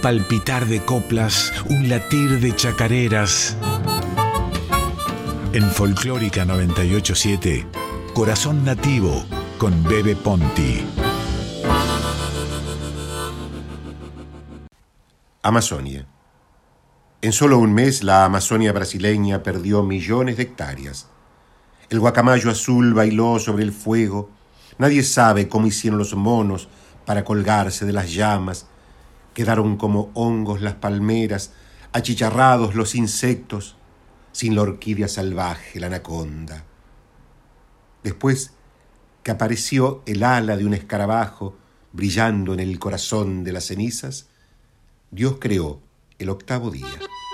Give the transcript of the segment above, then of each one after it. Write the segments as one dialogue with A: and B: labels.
A: palpitar de coplas, un latir de chacareras. En Folclórica 987, Corazón Nativo con Bebe Ponti.
B: Amazonia. En solo un mes, la Amazonia brasileña perdió millones de hectáreas. El guacamayo azul bailó sobre el fuego. Nadie sabe cómo hicieron los monos para colgarse de las llamas. Quedaron como hongos las palmeras, achicharrados los insectos, sin la orquídea salvaje, la anaconda. Después que apareció el ala de un escarabajo brillando en el corazón de las cenizas, Dios creó el octavo día.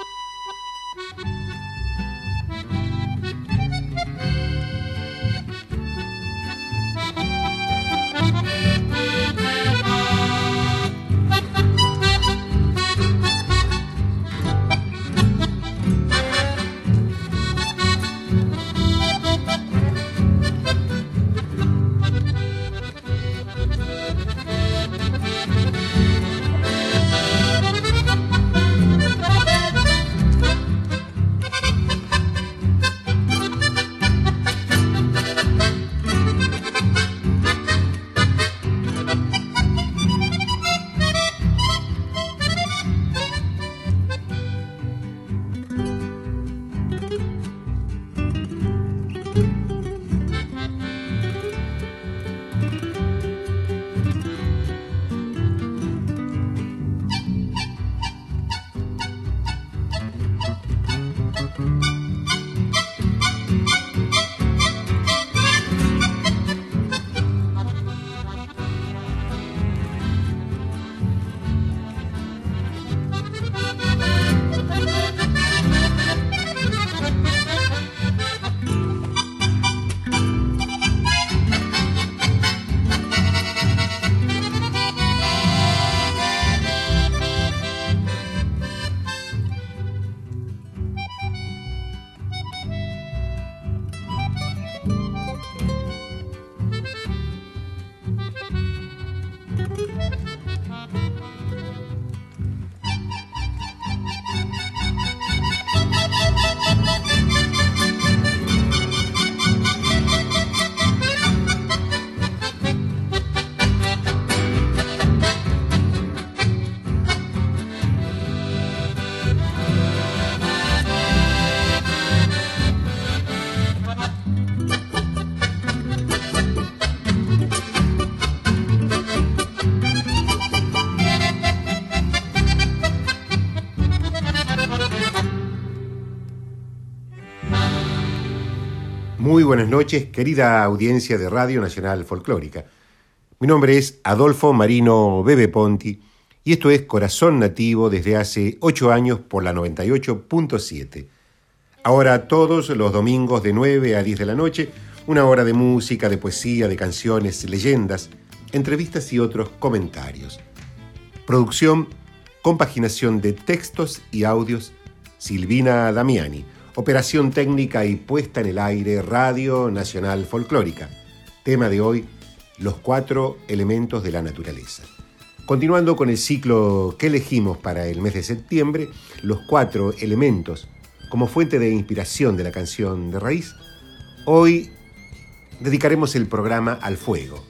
B: Muy buenas noches, querida audiencia de Radio Nacional Folclórica. Mi nombre es Adolfo Marino Bebe Ponti y esto es Corazón Nativo desde hace 8 años por la 98.7. Ahora todos los domingos de 9 a 10 de la noche, una hora de música, de poesía, de canciones, leyendas, entrevistas y otros comentarios. Producción, compaginación de textos y audios, Silvina Damiani. Operación técnica y puesta en el aire, Radio Nacional Folclórica. Tema de hoy, los 4 elementos de la naturaleza. Continuando con el ciclo que elegimos para el mes de septiembre, los 4 elementos como fuente de inspiración de la canción de raíz, hoy dedicaremos el programa al fuego.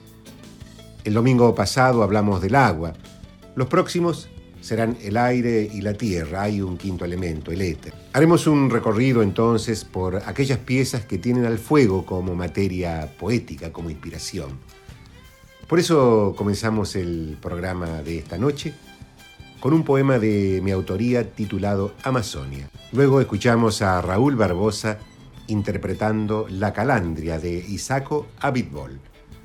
B: El domingo pasado hablamos del agua. Los próximos serán el aire y la tierra. Hay un quinto elemento, el éter. Haremos un recorrido entonces por aquellas piezas que tienen al fuego como materia poética, como inspiración. Por eso comenzamos el programa de esta noche con un poema de mi autoría titulado Amazonia. Luego escuchamos a Raúl Barbosa interpretando La Calandria de Isaco Abitbol.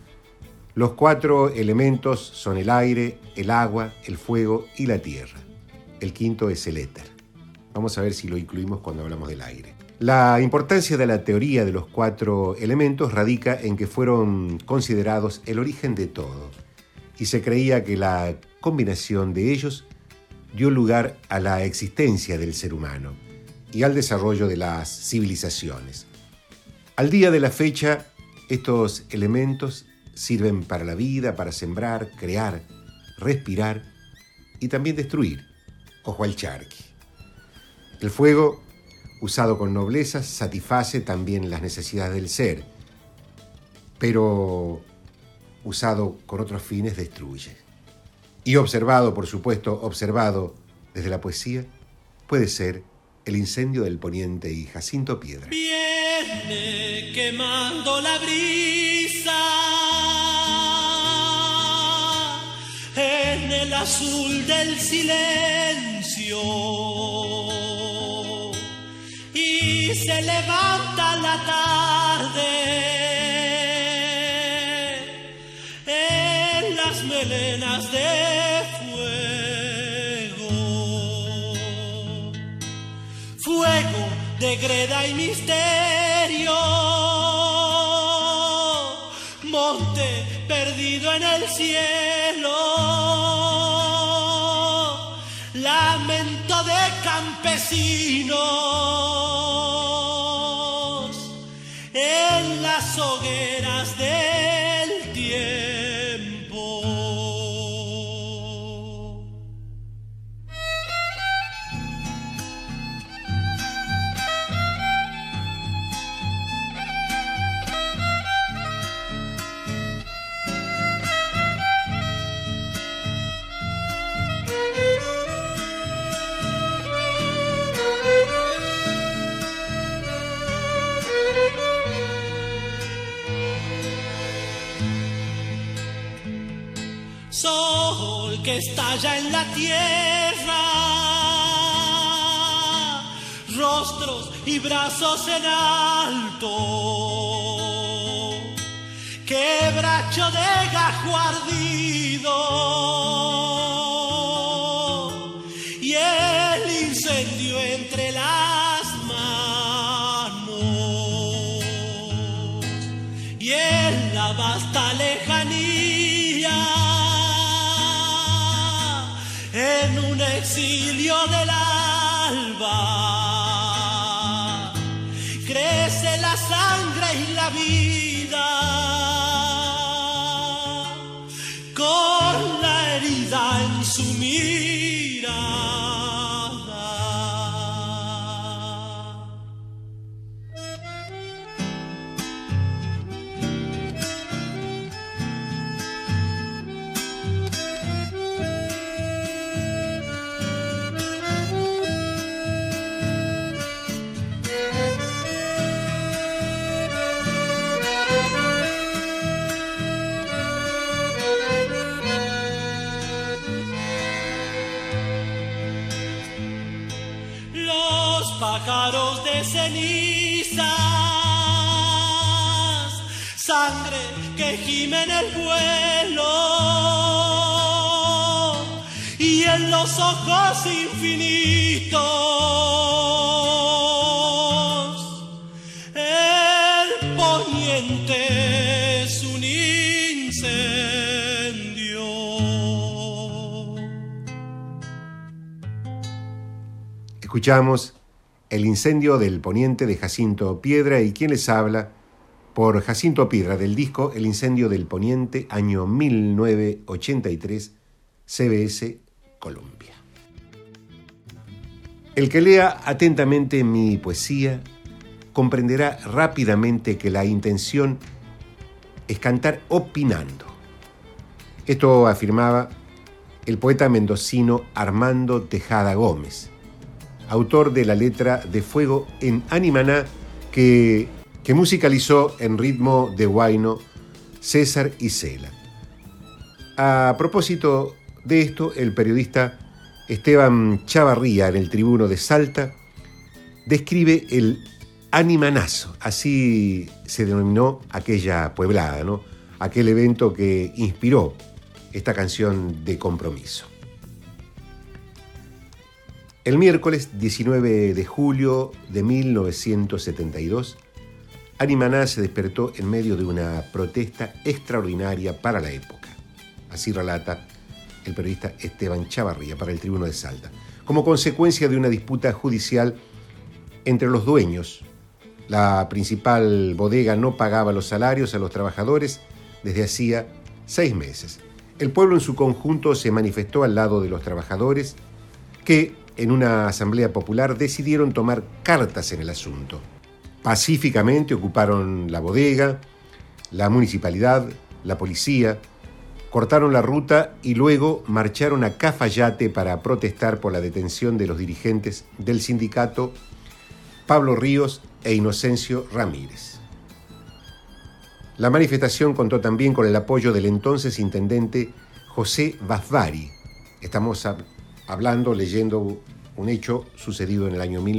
B: Los 4 elementos son el aire, el agua, el fuego y la tierra. El quinto es el éter. Vamos a ver si lo incluimos cuando hablamos del aire. La importancia de la teoría de los 4 elementos radica en que fueron considerados el origen de todo, y se creía que la combinación de ellos dio lugar a la existencia del ser humano y al desarrollo de las civilizaciones. Al día de la fecha, estos elementos sirven para la vida, para sembrar, crear, respirar y también destruir. ojo al charqui. El fuego, usado con nobleza, satisface también las necesidades del ser, pero usado con otros fines destruye. Y observado, por supuesto, observado desde la poesía, puede ser El incendio del poniente y Jacinto Piedra.
C: Viene quemando la brisa en el azul del silencio y se levanta la tarde en las melenas de fuego de greda y misterio, monte perdido en el cielo, lamento de campesinos en las hogueras del tiempo. Sol que estalla en la tierra, rostros y brazos en alto, quebracho de gajo ardido y el incendio entre las manos y en la vasta lejanía en un exilio del alba crece la sangre y la vida con la herida en su mirada. Pájaros de cenizas, sangre que gime en el vuelo y en los ojos infinitos el poniente es un incendio.
B: Escuchamos El incendio del poniente de Jacinto Piedra y quien les habla por Jacinto Piedra del disco El incendio del poniente, año 1983, CBS, Colombia. El que lea atentamente mi poesía comprenderá rápidamente que la intención es cantar opinando. Esto afirmaba el poeta mendocino Armando Tejada Gómez, autor de la letra de Fuego en Animaná, que musicalizó en ritmo de huayno César Isela. A propósito de esto, el periodista Esteban Chavarría, en el Tribuno de Salta, describe el animanazo, así se denominó aquella pueblada, ¿no? Aquel evento que inspiró esta canción de compromiso. El miércoles 19 de julio de 1972, Animaná se despertó en medio de una protesta extraordinaria para la época. Así relata el periodista Esteban Chavarría para el Tribuno de Salta, como consecuencia de una disputa judicial entre los dueños. La principal bodega no pagaba los salarios a los trabajadores desde hacía 6 meses. El pueblo en su conjunto se manifestó al lado de los trabajadores, que en una asamblea popular decidieron tomar cartas en el asunto. Pacíficamente ocuparon la bodega, la municipalidad, la policía, cortaron la ruta y luego marcharon a Cafayate para protestar por la detención de los dirigentes del sindicato Pablo Ríos e Inocencio Ramírez. La manifestación contó también con el apoyo del entonces intendente José Vasvari. Estamos leyendo un hecho sucedido en el año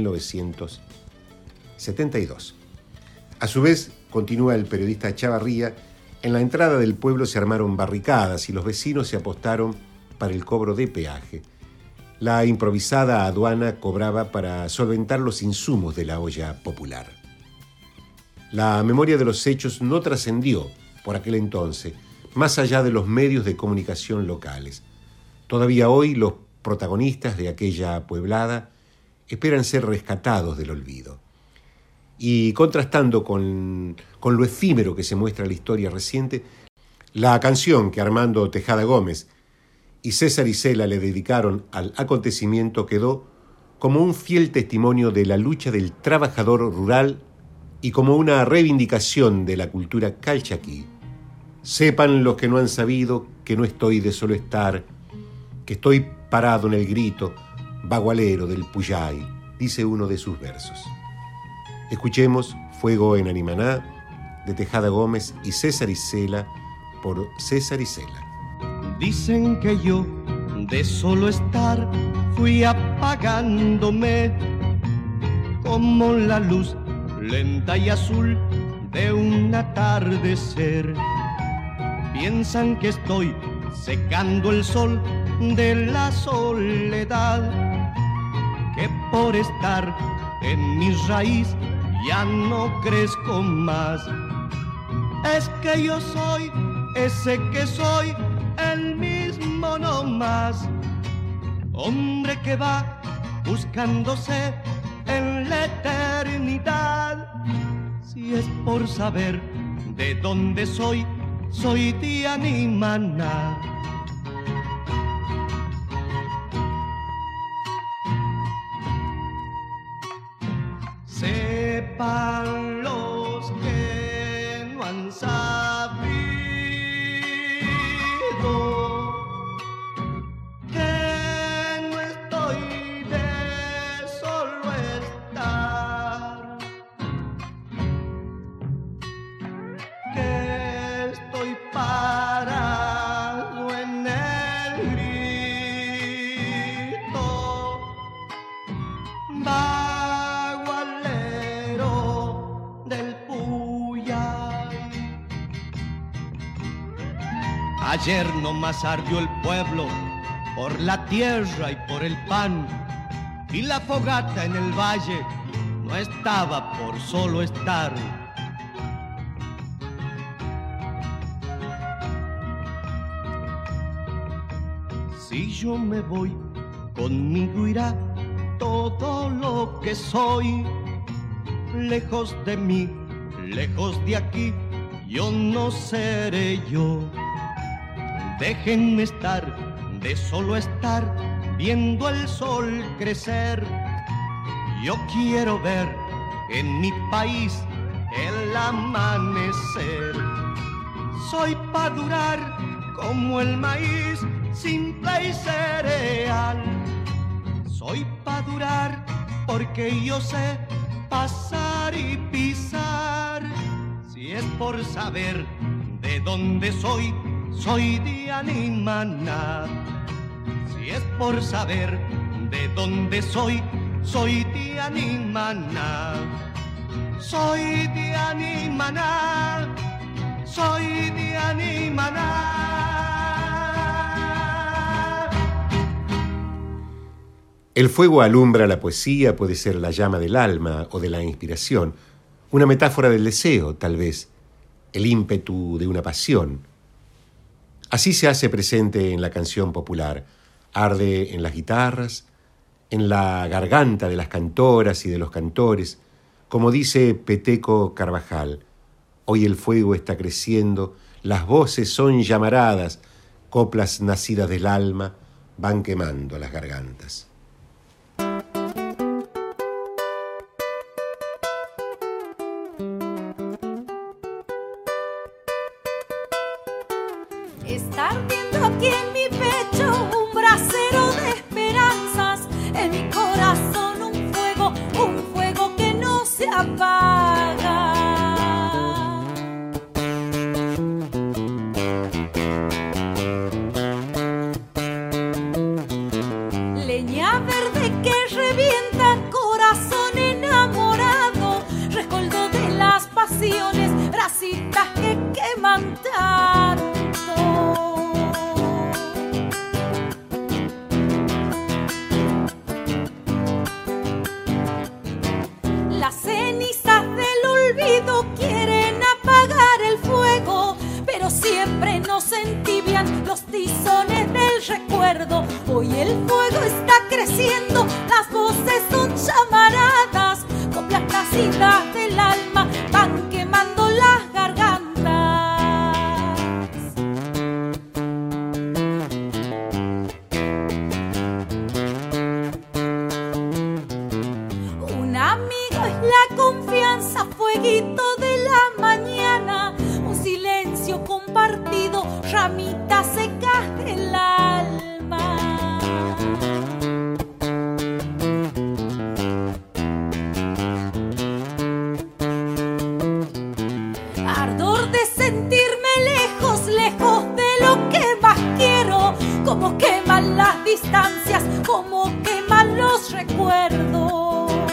B: 1972. A su vez, continúa el periodista Chavarría, en la entrada del pueblo se armaron barricadas y los vecinos se apostaron para el cobro de peaje. La improvisada aduana cobraba para solventar los insumos de la olla popular. La memoria de los hechos no trascendió por aquel entonces, más allá de los medios de comunicación locales. Todavía hoy los protagonistas de aquella pueblada esperan ser rescatados del olvido. Y contrastando con lo efímero que se muestra la historia reciente, la canción que Armando Tejada Gómez y César Isela le dedicaron al acontecimiento quedó como un fiel testimonio de la lucha del trabajador rural y como una reivindicación de la cultura calchaquí. Sepan los que no han sabido que no estoy de solo estar, que estoy parado en el grito bagualero del Puyay, dice uno de sus versos. Escuchemos Fuego en Animaná, de Tejada Gómez y César Isela, por César Isela.
C: Dicen que yo de solo estar fui apagándome como la luz lenta y azul de un atardecer. Piensan que estoy secando el sol de la soledad, que por estar en mi raíz ya no crezco más. Es que yo soy ese que soy, el mismo no más, hombre que va buscándose en la eternidad. Si es por saber de dónde soy, soy de Animaná. Sepan los que no han sabido que no estoy de solo estar, que estoy parado en el grito bagualero del Puyay. Ayer nomás ardió el pueblo por la tierra y por el pan, y la fogata en el valle no estaba por solo estar. Si yo me voy, conmigo irá todo lo que soy. Lejos de mí, lejos de aquí, yo no seré yo. Déjenme estar, de solo estar, viendo el sol crecer. Yo quiero ver en mi país el amanecer. Soy pa' durar como el maíz, simple y cereal. Soy pa' durar porque yo sé pasar y pisar. Si es por saber de dónde soy, soy de Animaná. Si es por saber de dónde soy, soy de Animaná. Soy de Animaná. Soy de Animaná.
B: El fuego alumbra la poesía, puede ser la llama del alma o de la inspiración, una metáfora del deseo, tal vez, el ímpetu de una pasión. Así se hace presente en la canción popular, arde en las guitarras, en la garganta de las cantoras y de los cantores, como dice Peteco Carvajal. Hoy el fuego está creciendo, las voces son llamaradas, coplas nacidas del alma van quemando las gargantas.
D: Está ardiendo aquí en mi pecho un brasero de esperanzas, en mi corazón un fuego que no se apaga. Leña verde que revienta, corazón enamorado, rescoldo de las pasiones, brasitas que queman tanto. Las cenizas del olvido quieren apagar el fuego, pero siempre nos entibian los tizones del recuerdo. Hoy el fuego está creciendo, las voces son llamaradas, coplas nacidas del alma van quemando las gargantas. Un amigo es la confianza, fueguito de la mañana, un silencio compartido, ramitas secas del alma. Ardor de sentirme lejos, lejos de lo que más quiero, como queman las distancias, como queman los recuerdos.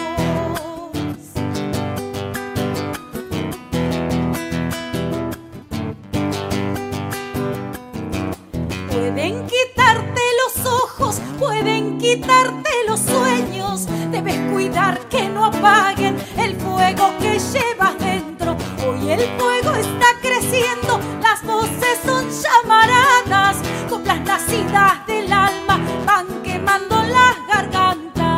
D: Pueden quitarte los ojos, pueden quitarte los sueños, debes cuidar que no apaguen el fuego que llevas dentro. Hoy el fuego está creciendo, las voces son llamaradas, coplas nacidas del alma van quemando las gargantas.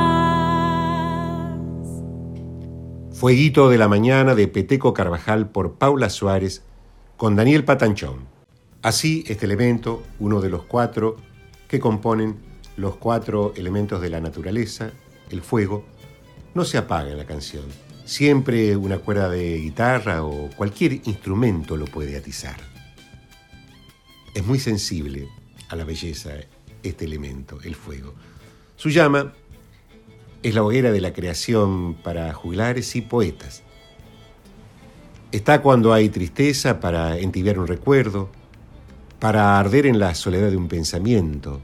B: Fueguito de la mañana de Peteco Carvajal por Paula Suárez con Daniel Patanchón. Así, este elemento, uno de los 4 que componen los 4 elementos de la naturaleza, el fuego, no se apaga en la canción. Siempre una cuerda de guitarra o cualquier instrumento lo puede atizar. Es muy sensible a la belleza este elemento, el fuego. Su llama es la hoguera de la creación para juglares y poetas. Está cuando hay tristeza para entibiar un recuerdo, para arder en la soledad de un pensamiento,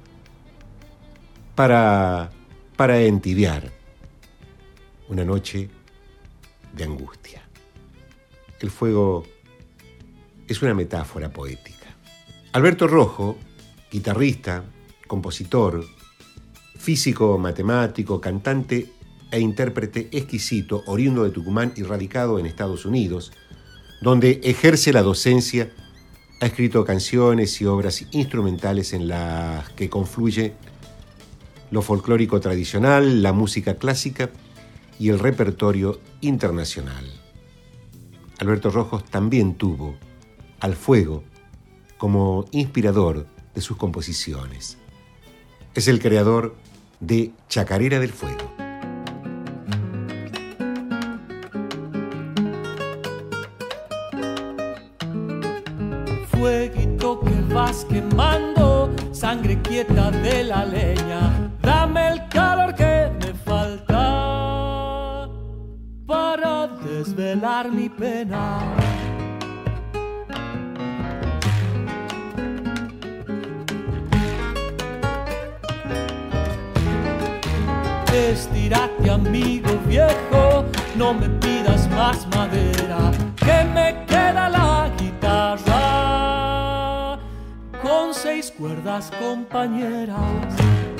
B: para entibiar una noche de angustia. El fuego es una metáfora poética. Alberto Rojo, guitarrista, compositor, físico matemático, cantante e intérprete exquisito, oriundo de Tucumán y radicado en Estados Unidos, donde ejerce la docencia, ha escrito canciones y obras instrumentales en las que confluye lo folclórico tradicional, la música clásica y el repertorio internacional. Alberto Rojo también tuvo al fuego como inspirador de sus composiciones. Es el creador de Chacarera del Fuego.
E: Fueguito que vas quemando, sangre quieta de la leña, dame el calor que me falta para desvelar mi pena. Estírate, amigo viejo, no me pidas más madera, que me queda la guitarra con 6 cuerdas compañeras.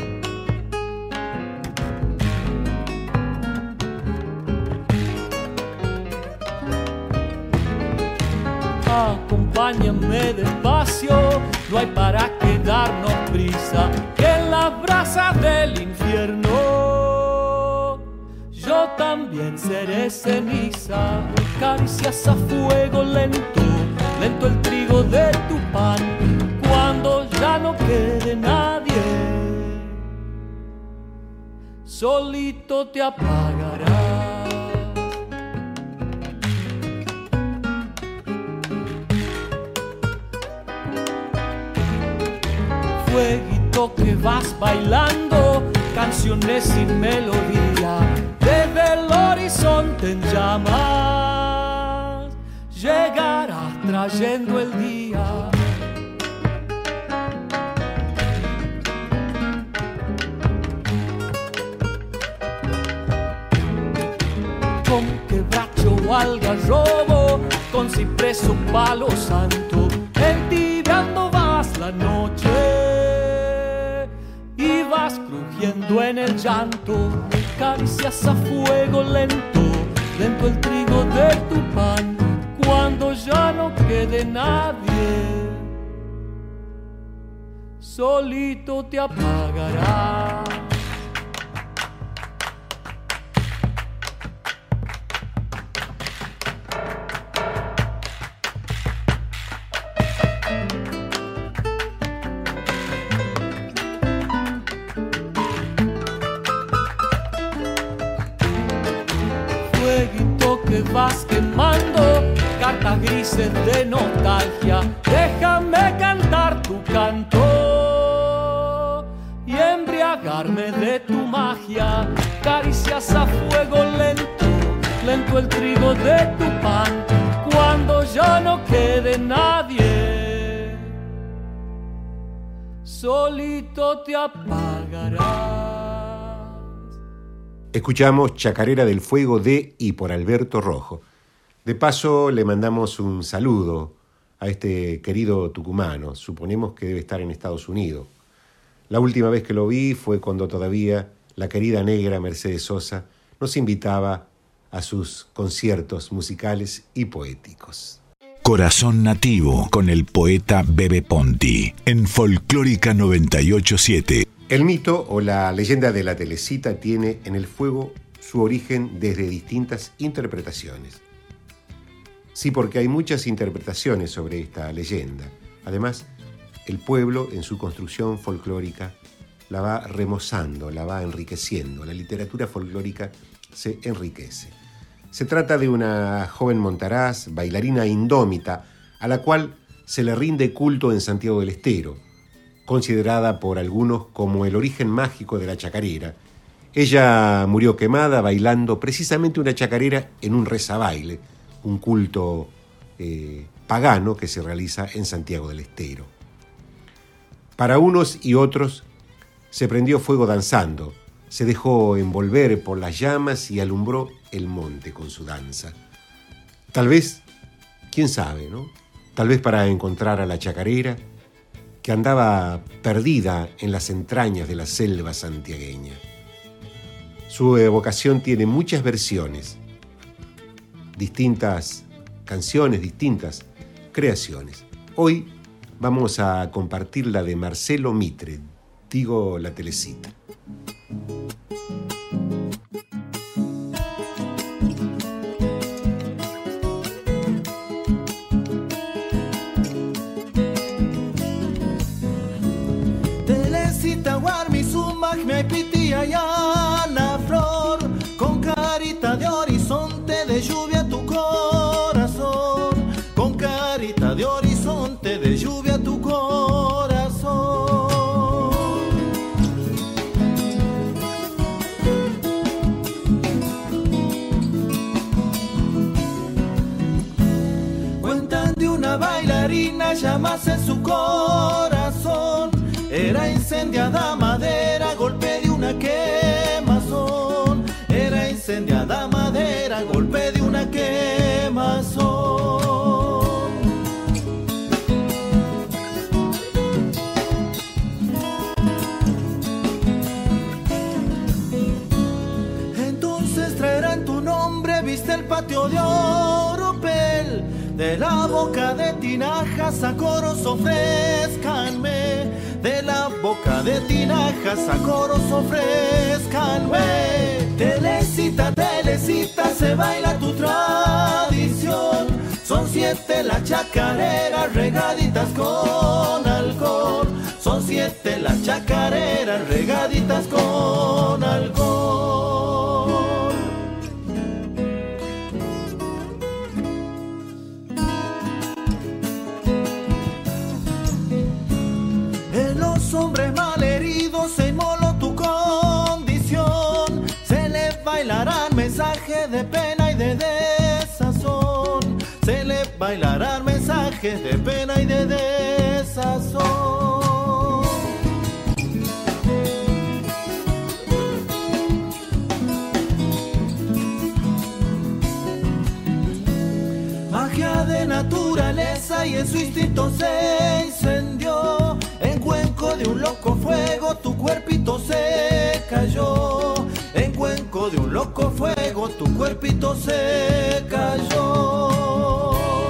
E: Acompáñame despacio, no hay para qué darnos prisa, que en las brasas del infierno yo también seré ceniza. Caricias a fuego lento, lento el trigo de tu pan, cuando ya no quede nadie, solito te apagarás. Fueguito que vas bailando, canciones sin melodía, desde el horizonte en llamas, llegarás trayendo el día. Con quebracho o algarrobo, con ciprés o palo santo, entibiando vas la noche y vas crujiendo en el llanto. Caricias a fuego lento, lento el trigo de tu pan, cuando ya no quede nadie, solito te apagará. Vas quemando cartas grises de nostalgia, déjame cantar tu canto y embriagarme de tu magia. Caricias a fuego lento, lento el trigo de tu pan, cuando ya no quede nadie, solito te apagarás.
B: Escuchamos Chacarera del Fuego de y por Alberto Rojo. De paso le mandamos un saludo a este querido tucumano. Suponemos que debe estar en Estados Unidos. La última vez que lo vi fue cuando todavía la querida negra Mercedes Sosa nos invitaba a sus conciertos musicales y poéticos.
A: Corazón Nativo con el poeta Bebe Ponti en Folclórica 98.7.
B: El mito o la leyenda de la Telecita tiene en el fuego su origen desde distintas interpretaciones. Sí, porque hay muchas interpretaciones sobre esta leyenda. Además, el pueblo en su construcción folclórica la va remozando, la va enriqueciendo. La literatura folclórica se enriquece. Se trata de una joven montaraz, bailarina indómita, a la cual se le rinde culto en Santiago del Estero, considerada por algunos como el origen mágico de la chacarera. Ella murió quemada bailando precisamente una chacarera en un rezabaile, un culto pagano que se realiza en Santiago del Estero. Para unos y otros se prendió fuego danzando, se dejó envolver por las llamas y alumbró el monte con su danza. Tal vez, quién sabe, ¿no? Tal vez para encontrar a la chacarera que andaba perdida en las entrañas de la selva santiagueña. Su evocación tiene muchas versiones, distintas canciones, distintas creaciones. Hoy vamos a compartir la de Marcelo Mitre, digo la Telecita.
F: Yana flor, con carita de horizonte de lluvia tu corazón, con carita de horizonte de lluvia tu corazón. Cuentan de una bailarina, llamas en su corazón, era incendiada madera, golpe de una quemazón. Era incendiada madera, golpe de una quemazón. Entonces traerán tu nombre, viste el patio de oropel, de la boca de tinajas a coros ofrezcanme. De la boca de tinajas a coros ofrezcanme. Telecita, telecita, se baila tu tradición. Son 7 las chacareras regaditas con alcohol. Son 7 las chacareras regaditas con alcohol. bailarán mensajes de pena y de desazón. Magia de naturaleza y en su instinto se incendió. En cuenco de un loco fuego tu cuerpito se cayó. En cuenco de un loco fuego tu cuerpito se cayó.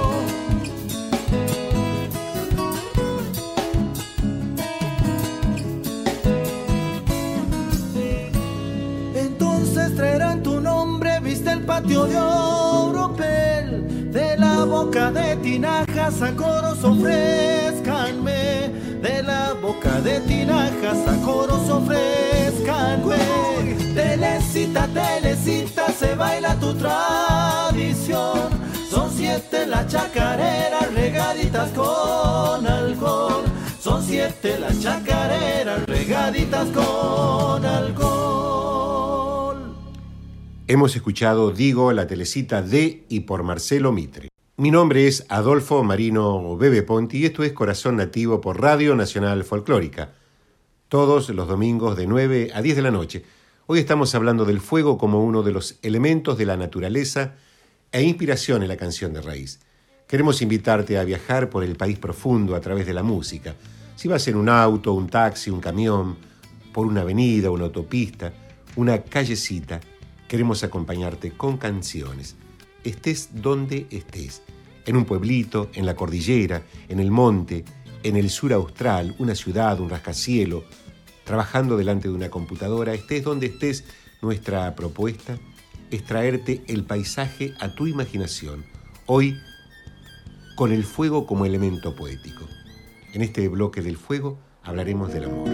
F: Entonces traerán tu nombre, viste el patio de Oropel. De la boca de tinajas a coros ofrezcanme. De la boca de tinajas a coros ofrezcanme. Telecita, telecita, se baila tu tradición. Son 7 las chacareras regaditas con alcohol. Son 7 las chacareras regaditas con alcohol.
B: Hemos escuchado Digo, la Telecita de y por Marcelo Mitre. Mi nombre es Adolfo Marino Bebe Ponti y esto es Corazón Nativo por Radio Nacional Folclórica. Todos los domingos de 9 a 10 de la noche. Hoy estamos hablando del fuego como uno de los elementos de la naturaleza e inspiración en la canción de raíz. Queremos invitarte a viajar por el país profundo a través de la música. Si vas en un auto, un taxi, un camión, por una avenida, una autopista, una callecita, queremos acompañarte con canciones. Estés donde estés, en un pueblito, en la cordillera, en el monte, en el sur austral, una ciudad, un rascacielo, trabajando delante de una computadora, estés donde estés, nuestra propuesta es traerte el paisaje a tu imaginación, hoy con el fuego como elemento poético. En este bloque del fuego hablaremos del amor.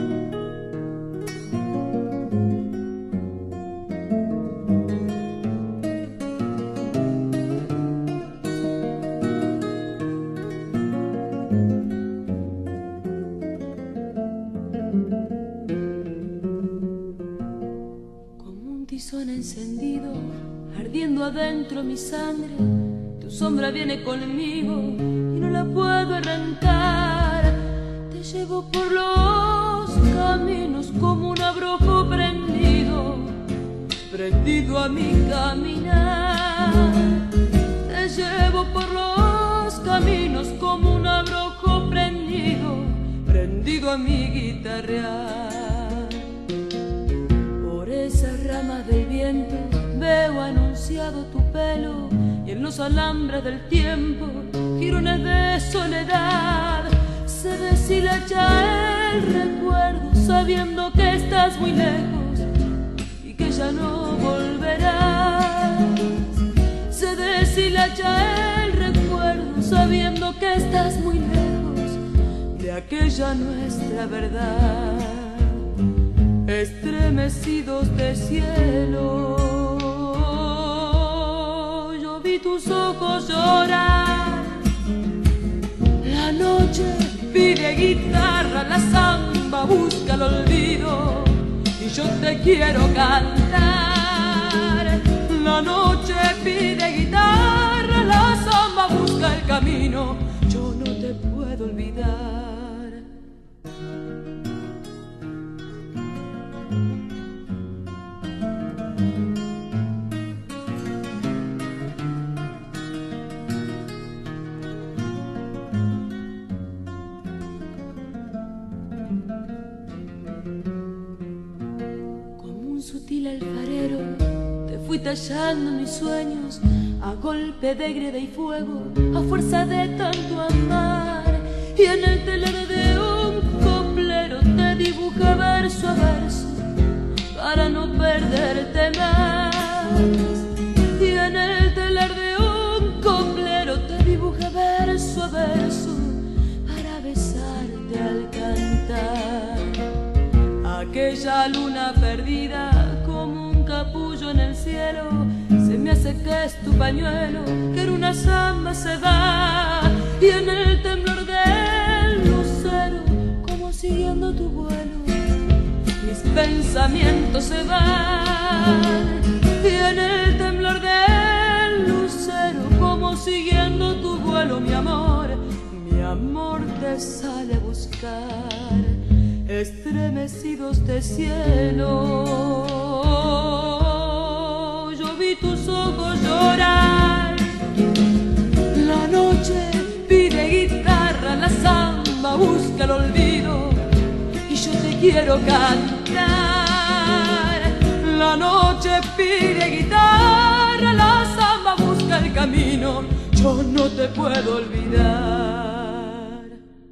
G: Encendido, ardiendo adentro mi sangre, tu sombra viene conmigo y no la puedo arrancar. Te llevo por los caminos como un abrojo prendido, prendido a mi caminar. Te llevo por los caminos como un abrojo prendido, prendido a mi guitarrear. Esas ramas del viento veo anunciado tu pelo y en los alambres del tiempo jirones de soledad. Se deshilacha el recuerdo sabiendo que estás muy lejos y que ya no volverás. Se deshilacha el recuerdo sabiendo que estás muy lejos de aquella nuestra verdad. Estremecidos de cielo, yo vi tus ojos llorar. La noche pide guitarra, la samba busca el olvido y yo te quiero cantar. La noche pide guitarra, la samba busca el camino, yo no te puedo olvidar. Alfarero, te fui tallando mis sueños a golpe de greda y fuego, a fuerza de tanto amar. Y en el telar de un coplero te dibujé verso a verso para no perderte más. Y en el telar de un coplero te dibujé verso a verso para besarte al cantar. Aquella luna perdida como un capullo en el cielo, se me hace que es tu pañuelo, que en una samba se va. Y en el temblor del lucero, como siguiendo tu vuelo, mis pensamientos se van. Y en el temblor del lucero, como siguiendo tu vuelo, vuelo, mi amor te sale a buscar, estremecidos de cielo. Yo vi tus ojos llorar, la noche pide guitarra, la samba busca el olvido y yo te quiero cantar. La noche pide guitarra, la samba busca el camino, yo no te puedo olvidar.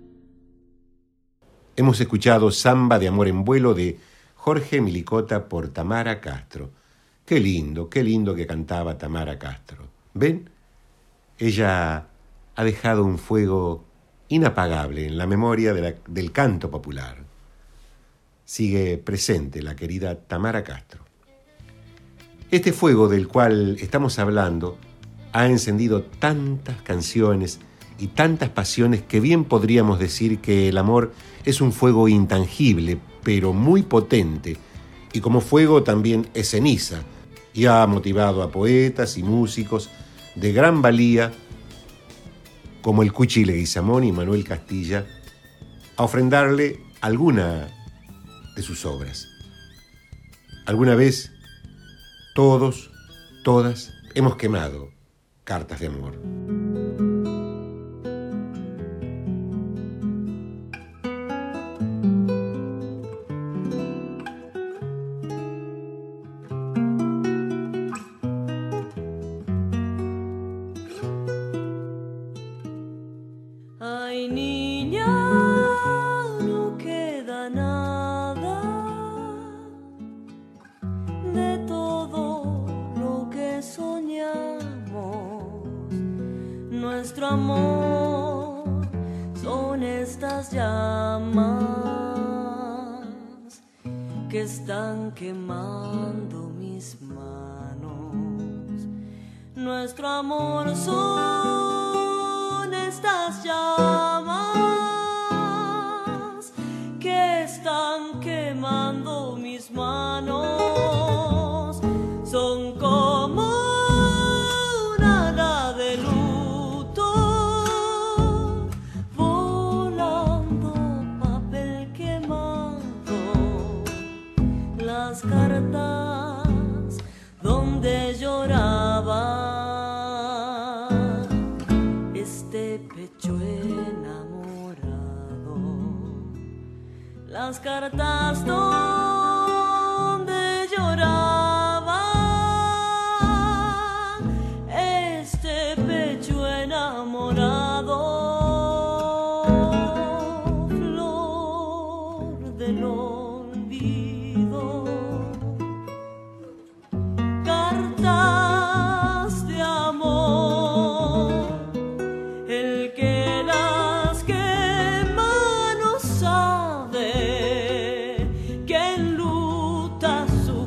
B: Hemos escuchado Samba de Amor en Vuelo de Jorge Milicota por Tamara Castro. Qué lindo que cantaba Tamara Castro. ¿Ven? Ella ha dejado un fuego inapagable en la memoria del canto popular. Sigue presente la querida Tamara Castro. Este fuego del cual estamos hablando ha encendido tantas canciones y tantas pasiones que bien podríamos decir que el amor es un fuego intangible, pero muy potente, y como fuego también es ceniza, y ha motivado a poetas y músicos de gran valía, como el Cuchi Leguizamón y Manuel Castilla, a ofrendarle alguna de sus obras. Alguna vez, todos, todas, hemos quemado cartas de amor.
G: Ay, niña, no queda nada de todo lo que soñamos. Nuestro amor son estas llamas que están quemando mis manos. Nuestro amor son estas llamas que están quemando mis manos. Son como una ala de luto, volando papel quemado. Las cartas donde lloraba este pecho enamorado, las cartas donde lloraba este pecho enamorado, flor del olvido, cartas de amor. El que las quema no sabe que enluta su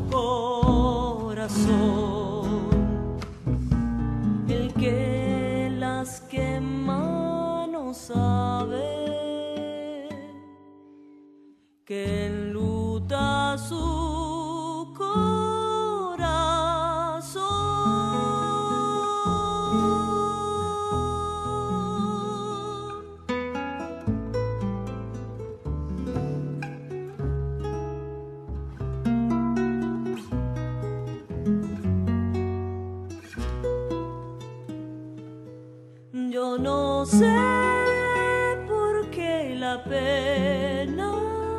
G: corazón. El que las quema no sabe que enluta su corazón. Yo no sé por qué la pena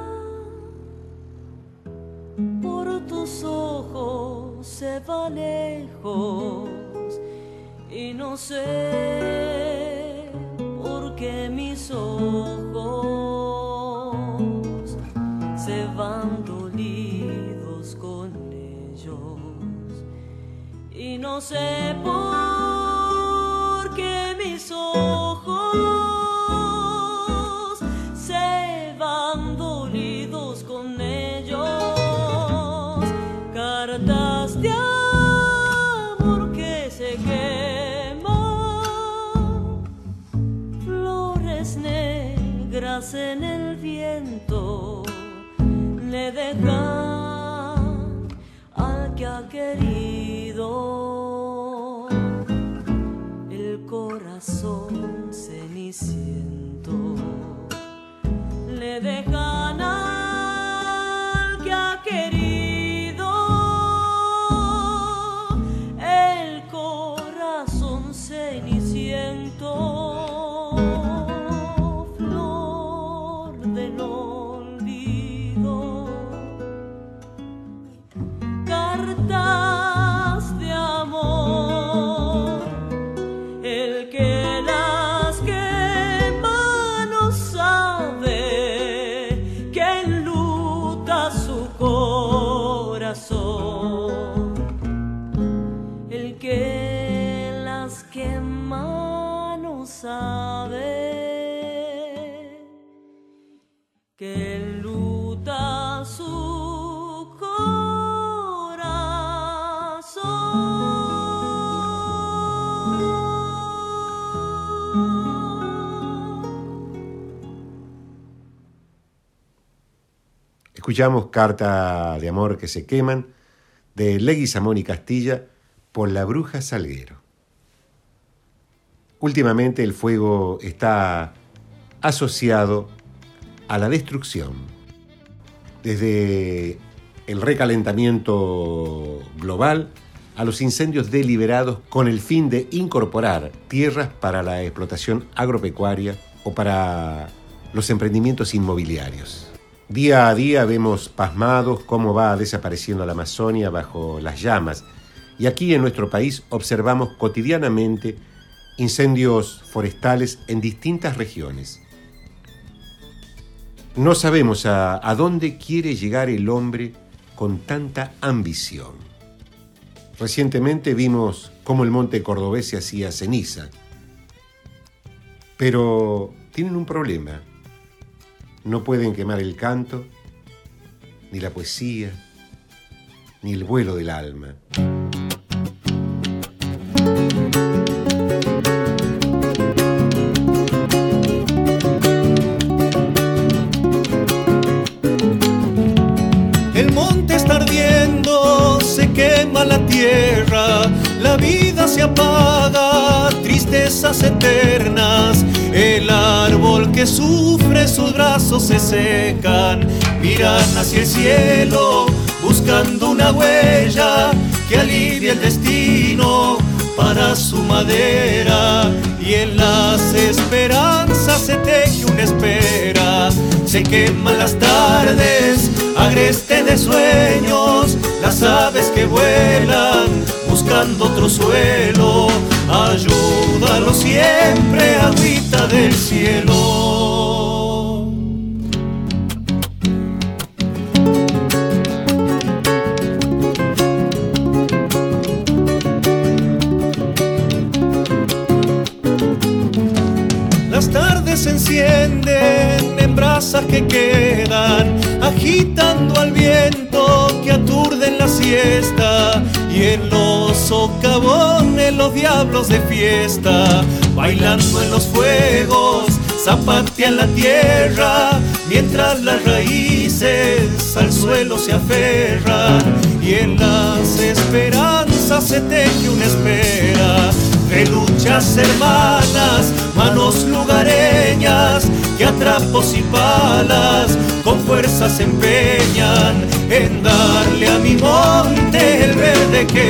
G: por tus ojos se va lejos, y no sé por qué mis ojos se van dolidos con ellos, y no sé por qué mis ojos se van dolidos con ellos. Cartas de amor que se queman, flores negras en el viento, le dejan al que ha querido el corazón ceniciento. Le dejan al que ha querido el corazón ceniciento, flor del olvido, cartas de amor, el que las quema no sabe que enluta su corazón, el que las quema no sabe que enluta su
B: Escuchamos Carta de amor que se queman, de Leguizamón y Castilla, por la bruja Salguero. Últimamente el fuego está asociado a la destrucción. Desde el recalentamiento global a los incendios deliberados con el fin de incorporar tierras para la explotación agropecuaria o para los emprendimientos inmobiliarios. Día a día vemos pasmados cómo va desapareciendo la Amazonia bajo las llamas, y aquí en nuestro país observamos cotidianamente incendios forestales en distintas regiones. No sabemos a dónde quiere llegar el hombre con tanta ambición. Recientemente vimos cómo el monte cordobés se hacía ceniza, pero tienen un problema. No pueden quemar el canto, ni la poesía, ni el vuelo del alma.
F: El monte está ardiendo, se quema la tierra, la vida se apaga, tristezas eternas. El árbol que sufre, sus brazos se secan, miran hacia el cielo, buscando una huella que alivie el destino para su madera. Y en las esperanzas se teje una espera, se queman las tardes, agreste de sueños, las aves que vuelan, buscando otro suelo. Ayúdalo siempre, agüita del cielo. Las tardes se encienden en brasas que quedan, agitando al viento que aturden la siesta. Y en los socavones los diablos de fiesta, bailando en los fuegos, zapatean la tierra, mientras las raíces al suelo se aferran. Y en las esperanzas se teje una espera de luchas hermanas, manos lugareñas, que a trapos y palas con fuerza se empeñan en darle a mi monte el verde que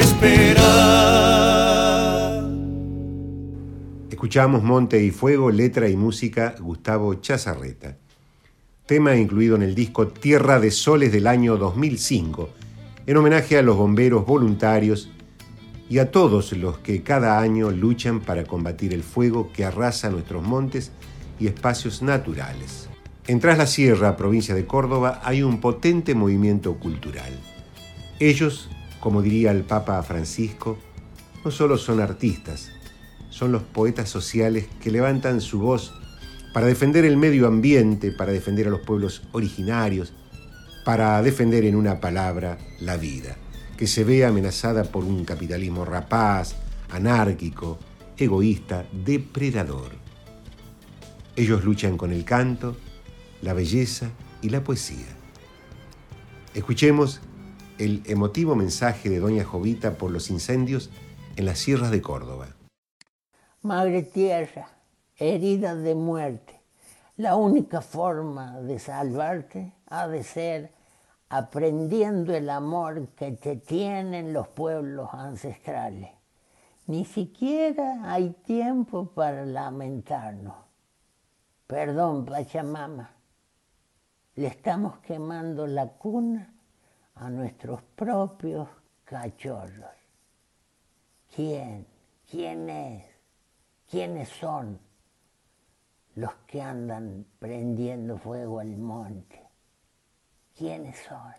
F: espera.
B: Escuchamos Monte y Fuego, letra y música Gustavo Chazarreta. Tema incluido en el disco Tierra de Soles del año 2005, en homenaje a los bomberos voluntarios y a todos los que cada año luchan para combatir el fuego que arrasa nuestros montes y espacios naturales. En Tras la Sierra, provincia de Córdoba, hay un potente movimiento cultural. Ellos, como diría el Papa Francisco, no solo son artistas, son los poetas sociales que levantan su voz para defender el medio ambiente, para defender a los pueblos originarios, para defender, en una palabra, la vida, que se ve amenazada por un capitalismo rapaz, anárquico, egoísta, depredador. Ellos luchan con el canto, la belleza y la poesía. Escuchemos el emotivo mensaje de doña Jovita por los incendios en las sierras de Córdoba.
H: Madre tierra, herida de muerte. La única forma de salvarte ha de ser aprendiendo el amor que te tienen los pueblos ancestrales. Ni siquiera hay tiempo para lamentarnos. Perdón, Pachamama, le estamos quemando la cuna a nuestros propios cachorros. ¿Quién es? ¿Quiénes son los que andan prendiendo fuego al monte? ¿Quiénes son?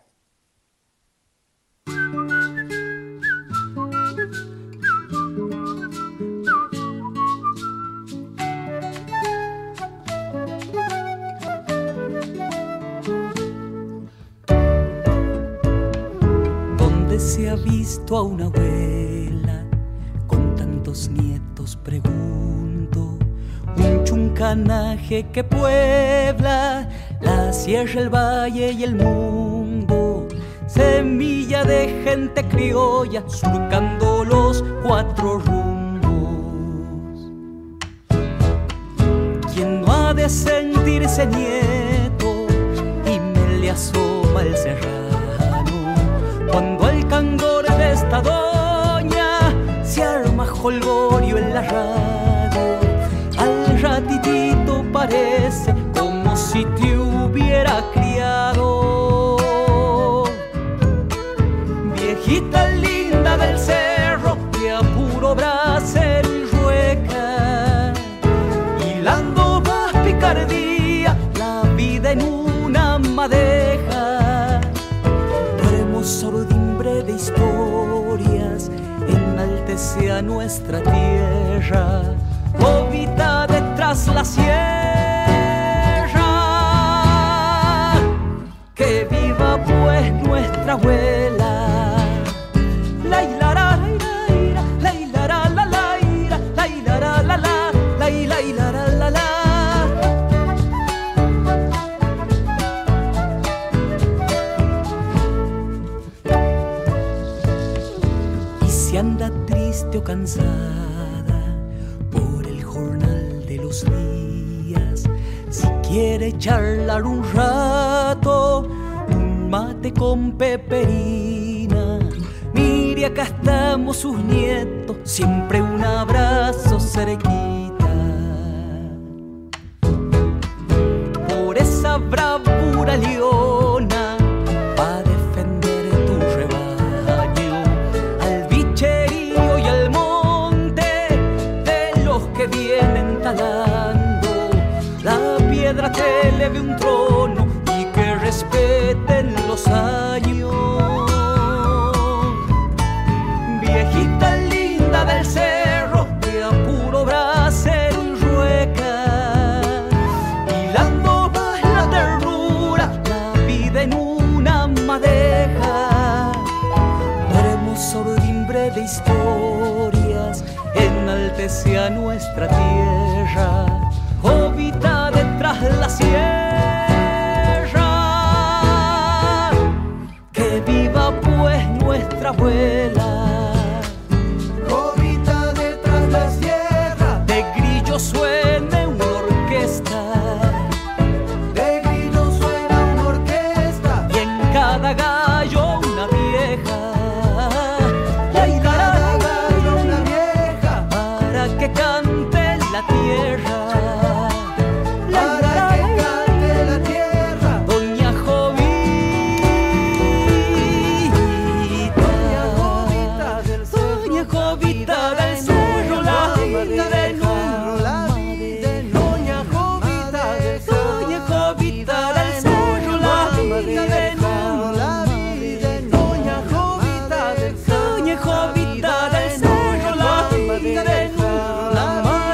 E: ¿Dónde se ha visto a una abuela con tantos nietos? Pregunto. Un chuncanaje que puebla la sierra, el valle y el mundo. Semilla de gente criolla surcando los 4 rumbos. ¿Quién no ha de sentirse nieto? Y me le asoma el serrano cuando el cangor de esta doña se arma jolgorio en la radio. Al ratitito parece como si te hubiera criado. Viejita linda del cerro que a puro bracero y rueca, hilando más picardía la vida en una madeja. Traemos sordimbre de historias, enaltece a nuestra tierra. Jovita detrás la sierra, que viva pues nuestra abuela. La hilara, la hilara, la laira, la hilara, la la, la hilara, la la. Y si anda triste o cansada los días, si quiere charlar un rato, un mate con peperina, mire acá estamos sus nietos, siempre un abrazo cerquita. Por esa bravura leona va a defender tu rebaño, al bicherío y al monte de los que vienen talando. La piedra te eleve un trono y que respeten los años. Viejita linda del cerro que a puro bracero y rueca, hilando más la ternura, la vida en una madeja. Daremos sordimbre de historias, enaltece a nuestra tierra. Jovita detrás la sierra, que viva pues nuestra abuela.
F: Jovita detrás la sierra,
E: De grillo suene una orquesta,
F: de grillo suena una orquesta,
E: y en cada gallo una vieja.
F: y en cada gallo una vieja,
E: Para que cante la tierra.
F: para que cante la tierra.
E: Doña Jovita,
F: Doña Jovita del cerro,
E: Doña Jovita del cerro, la vida de nuevo,
F: la vida de Doña Jovita del cerro,
E: Doña Jovita del cerro, la vida de nuevo,
F: la vida de Doña Jovita del cerro,
E: Doña Jovita del cerro, la vida de nuevo, la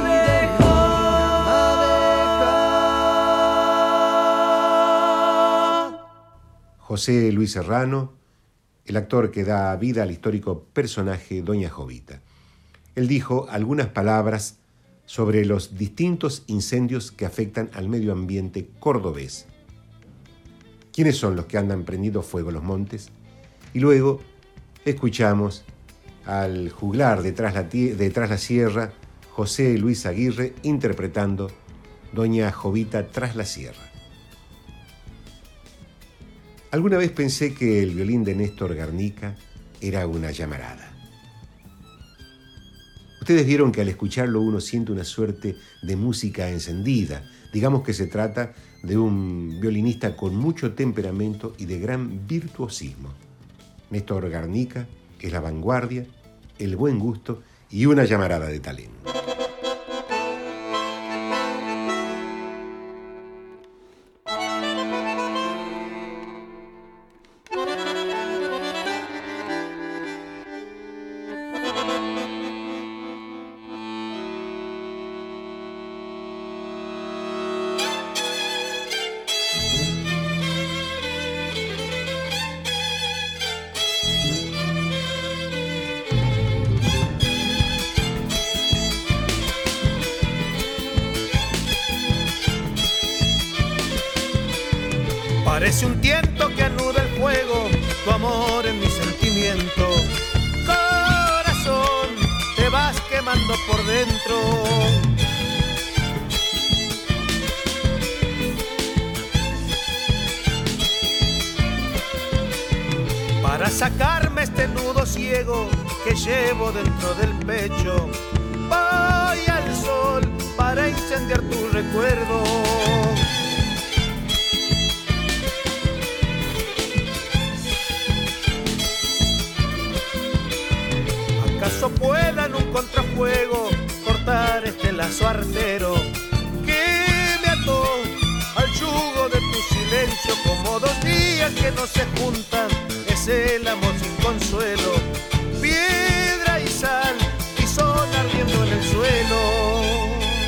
E: madeja.
B: José Luis Serrano, el actor que da vida al histórico personaje Doña Jovita. Él dijo algunas palabras sobre los distintos incendios que afectan al medio ambiente cordobés. ¿Quiénes son los que andan prendiendo fuego en los montes? Y luego escuchamos al juglar detrás la sierra José Luis Aguirre interpretando Doña Jovita tras la sierra. Alguna vez pensé que el violín de Néstor Garnica era una llamarada. Ustedes vieron que al escucharlo uno siente una suerte de música encendida. Digamos que se trata de un violinista con mucho temperamento y de gran virtuosismo. Néstor Garnica es la vanguardia, el buen gusto y una llamarada de talento.
F: Parece un tiento que anuda el fuego, tu amor en mi sentimiento. Corazón, te vas quemando por dentro. Para sacarme este nudo ciego que llevo dentro del pecho, voy al sol para incendiar tu recuerdo. ¿Acaso pueda en un contrafuego cortar este lazo artero que me ató al yugo de tu silencio? Como 2 días que no se juntan, es el amor sin consuelo. Piedra y sal y sol ardiendo en el suelo.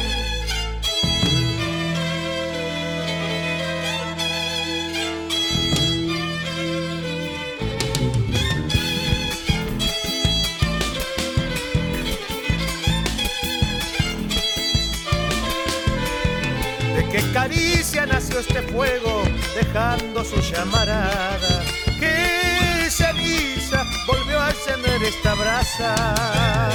F: ¿Qué caricia nació este fuego, dejando su llamarada? ¿Qué ceniza volvió a encender esta brasa?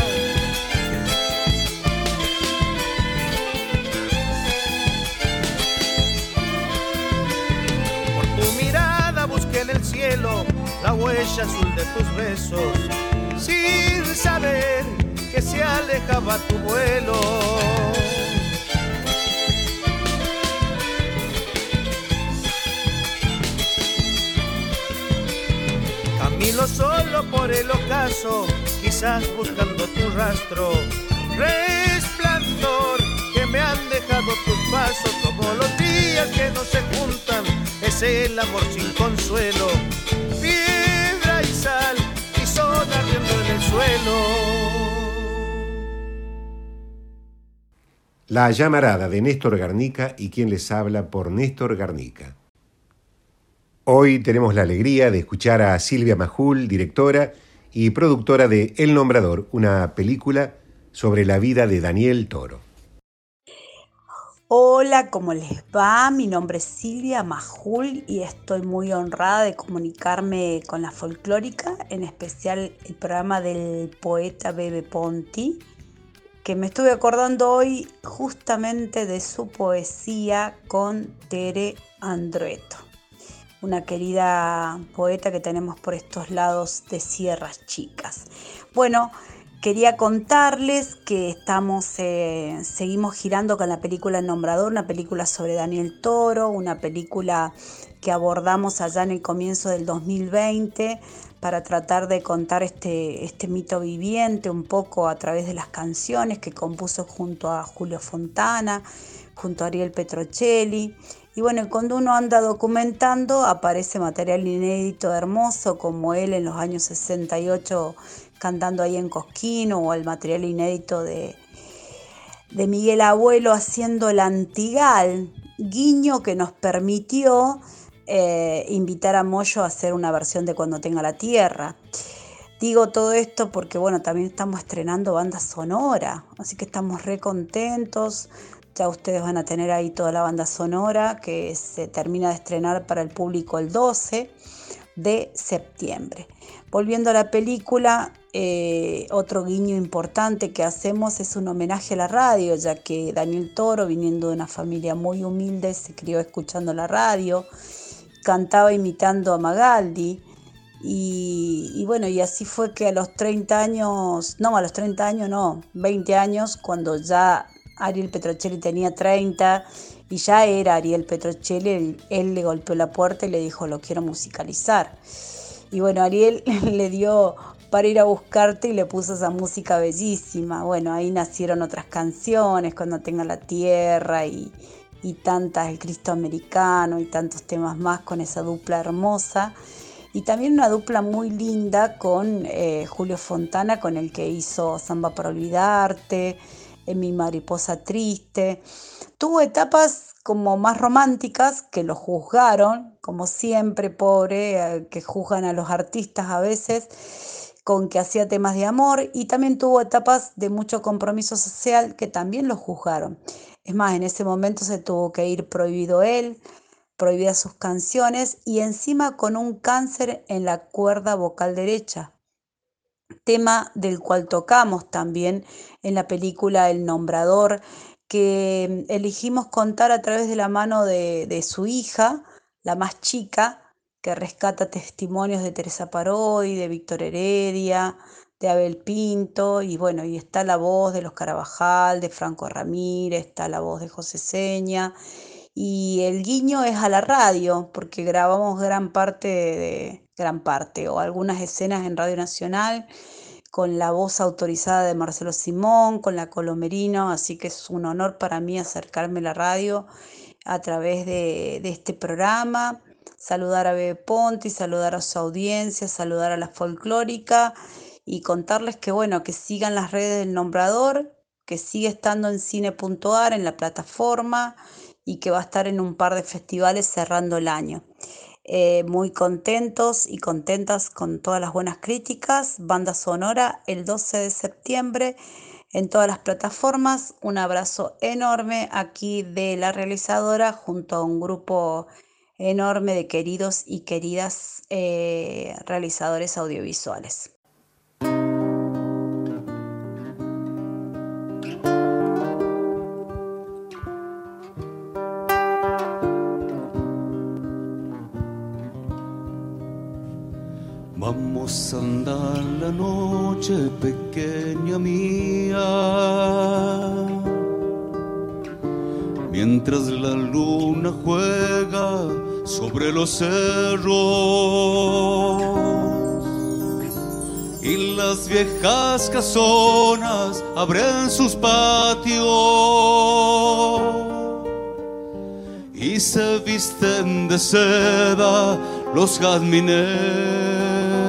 F: Por tu mirada busqué en el cielo la huella azul de tus besos, sin saber que se alejaba tu vuelo. Camino solo por el ocaso, quizás buscando tu rastro. Resplandor que me han dejado tus pasos, como los días que no se juntan, es el amor sin consuelo. Piedra y sal y sol ardiendo en el suelo.
B: La llamarada de Néstor Garnica y quien les habla por Néstor Garnica. Hoy tenemos la alegría de escuchar a Silvia Majul, directora y productora de El Nombrador, una película sobre la vida de Daniel Toro.
I: Hola, ¿cómo les va? Mi nombre es Silvia Majul y estoy muy honrada de comunicarme con la folclórica, en especial el programa del poeta Bebe Ponti, que me estuve acordando hoy justamente de su poesía con Tere Andrueto, una querida poeta que tenemos por estos lados de Sierras Chicas. Bueno, quería contarles que seguimos girando con la película El Nombrador, una película sobre Daniel Toro, una película que abordamos allá en el comienzo del 2020 para tratar de contar este mito viviente un poco a través de las canciones que compuso junto a Julio Fontana, junto a Ariel Petrocelli. Y bueno, cuando uno anda documentando aparece material inédito hermoso como él en los años 68 cantando ahí en Cosquín, o el material inédito de Miguel Abuelo haciendo el Antigal, guiño que nos permitió invitar a Moyo a hacer una versión de Cuando tenga la tierra. Digo todo esto porque bueno, también estamos estrenando banda sonora, así que estamos re contentos. Ya ustedes van a tener ahí toda la banda sonora que se termina de estrenar para el público el 12. de septiembre. Volviendo a la película, otro guiño importante que hacemos es un homenaje a la radio, ya que Daniel Toro, viniendo de una familia muy humilde, se crió escuchando la radio, cantaba imitando a Magaldi, y bueno, y así fue que a los 20 años, cuando ya Ariel Petrocelli tenía 30 y ya era Ariel Petrocelli, él le golpeó la puerta y le dijo: lo quiero musicalizar. Y bueno, Ariel le dio para ir a buscarte y le puso esa música bellísima. Bueno, ahí nacieron otras canciones, Cuando tenga la tierra y tantas, El Cristo Americano y tantos temas más con esa dupla hermosa. Y también una dupla muy linda con Julio Fontana, con el que hizo Samba para olvidarte, Mi mariposa triste. Tuvo etapas como más románticas que lo juzgaron, como siempre, pobre, que juzgan a los artistas a veces, con que hacía temas de amor, y también tuvo etapas de mucho compromiso social que también lo juzgaron. Es más, en ese momento se tuvo que ir prohibido él, prohibidas sus canciones, y encima con un cáncer en la cuerda vocal derecha, tema del cual tocamos también en la película El Nombrador, que elegimos contar a través de la mano de su hija, la más chica, que rescata testimonios de Teresa Parodi, de Víctor Heredia, de Abel Pinto, y bueno, y está la voz de los Carabajal, de Franco Ramírez, está la voz de José Seña, y el guiño es a la radio, porque grabamos gran parte o algunas escenas en Radio Nacional, con la voz autorizada de Marcelo Simón, con la Colomerino, así que es un honor para mí acercarme a la radio a través de este programa, saludar a Bebe Ponti, saludar a su audiencia, saludar a la folclórica y contarles que bueno, que sigan las redes del Nombrador, que sigue estando en cine.ar, en la plataforma, y que va a estar en un par de festivales cerrando el año. Muy contentos y contentas con todas las buenas críticas. Banda sonora el 12 de septiembre en todas las plataformas. Un abrazo enorme aquí de la realizadora junto a un grupo enorme de queridos y queridas realizadores audiovisuales.
J: Vamos a andar la noche, pequeña mía, mientras la luna juega sobre los cerros y las viejas casonas abren sus patios y se visten de seda los jazmineros.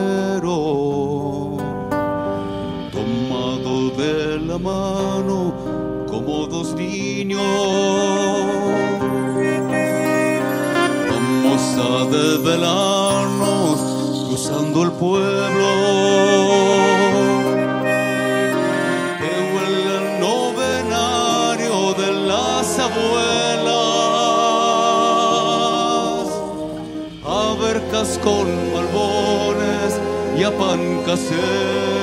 J: Tomado de la mano como dos niños, vamos a desvelarnos cruzando el pueblo, que huele el novenario de las abuelas, a verjas con malbones y a pan casero.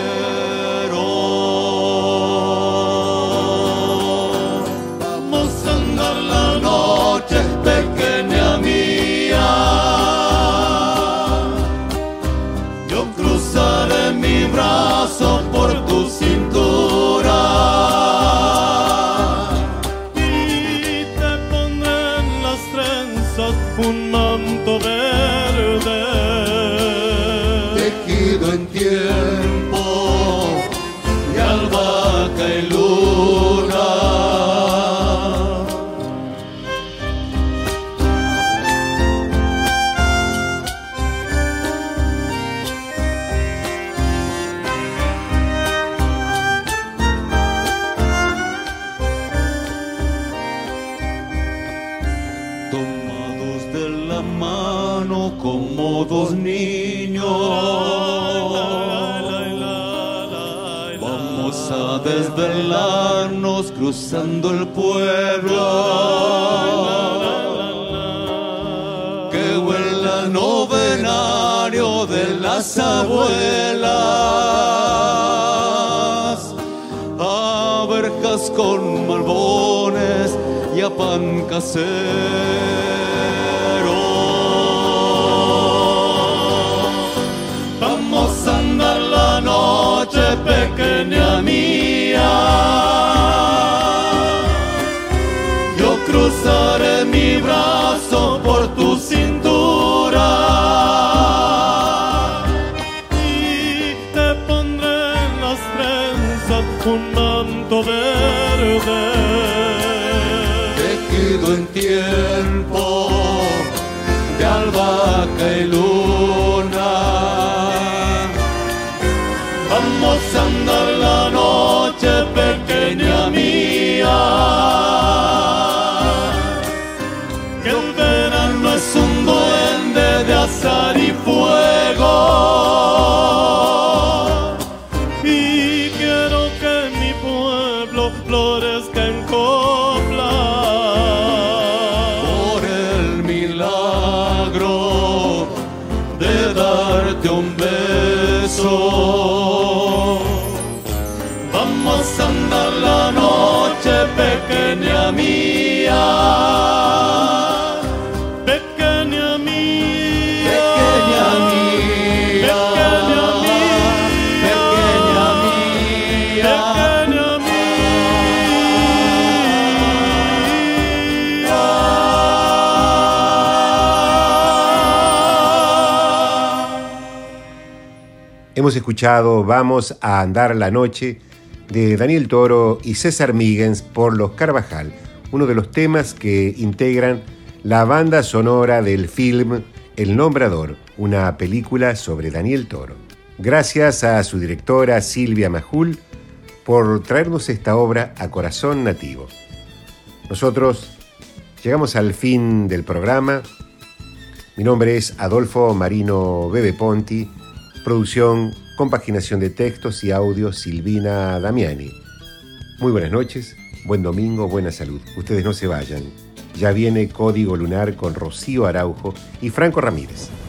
J: Vamos a andar la noche, pequeña mía, yo cruzaré mi brazo por tu cintura y te pondré en las trenzas un manto verde tejido en tiempo de albahaca y luna. Tomados de la mano como dos niños, vamos a desvelarnos cruzando el pueblo, que huela al novenario de las abuelas, a verjas con malbones y a pan casero. Vamos a andar la noche, pequeña mía, yo cruzaré mi brazo por tu cintura
E: y te pondré en las trenzas un manto verde,
J: tejido en tiempo de albahaca y luna. Vamos a andar la noche, pequeña mía, que el verano es un duende de azar y fuego,
E: y quiero que mi pueblo florezca en copla
J: por el milagro de darte un beso. Vamos a andar la noche, pequeña mía,
E: pequeña mía,
J: pequeña mía,
E: pequeña mía,
J: pequeña mía,
B: Hemos escuchado Vamos a andar la noche de Daniel Toro y César Míguez por Los Carvajal, uno de los temas que integran la banda sonora del film El Nombrador, una película sobre Daniel Toro. Gracias a su directora Silvia Majul por traernos esta obra a corazón nativo. Nosotros llegamos al fin del programa. Mi nombre es Adolfo Marino Bebe Ponti, producción, compaginación de textos y audios Silvina Damiani. Muy buenas noches, buen domingo, buena salud. Ustedes no se vayan. Ya viene Código Lunar con Rocío Araujo y Franco Ramírez.